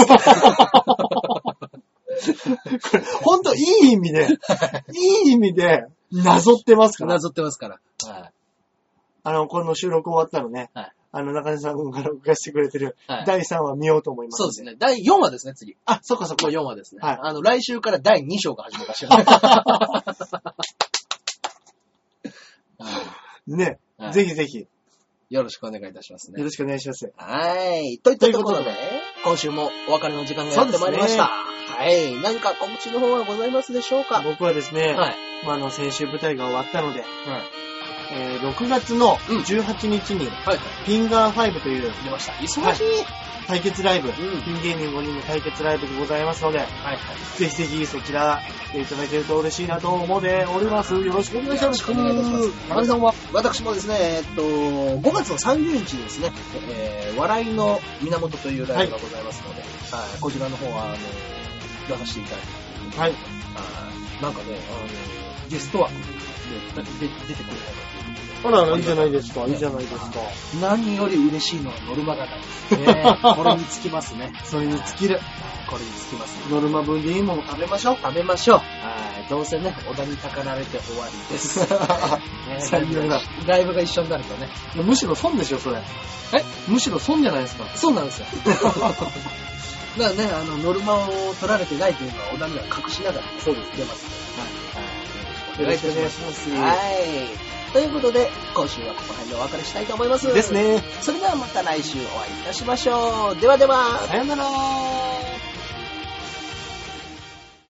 これ、ほんといい意味で、なぞってますから。 なぞってますから。 はい。この収録終わったのね。はい。中根さんが録画してくれてる、第3話見ようと思います。 そうですね。第4話ですね、次。 あ、そっかそっか。 4話ですね。 はい。 来週から第2章が始まりました。 ね、ぜひぜひ。 よろしくお願いいたしますね。 よろしくお願いします。 はい。といったところで、今週もお別れの時間がやってまいりました。はい。何か告知の方はございますでしょうか？ 僕はですね、はい。先週舞台が終わったので、はい。6月の18日に、はい。フィンガー5という、 出ました。忙しい。 対決ライブ、ピン芸人5人の対決ライブでございますので、はいはい、ぜひぜひそちら来ていただけると嬉しいなと思っております。よろしくお願いします。 中根さんは私もですね、5月の30日にですね、笑いの源というライブがございますので、はい、こちらの方は出させていただいて、はい、なんかね、ゲスト枠で出てくれたの。 あら、いいじゃないですか、いいじゃないですか。 何より嬉しいのはノルマがないですね。これにつきますね。 それに尽きる。 これにつきますね。 ノルマ分でいいもの食べましょう。 食べましょう。はい。どうせね、小田にたかられて終わりです。最悪だ。ライブが一緒になるとね。 むしろ損でしょ、それ。むしろ損じゃないですか。 そうなんですよ。だからね、ノルマを取られてないというのは小田には隠しながら、そうです。出ますね。はい。よろしくお願いします。 はい。ということで、今週はこの辺でお別れしたいと思います。 ですね。 それではまた来週お会いいたしましょう。ではでは。 さよなら。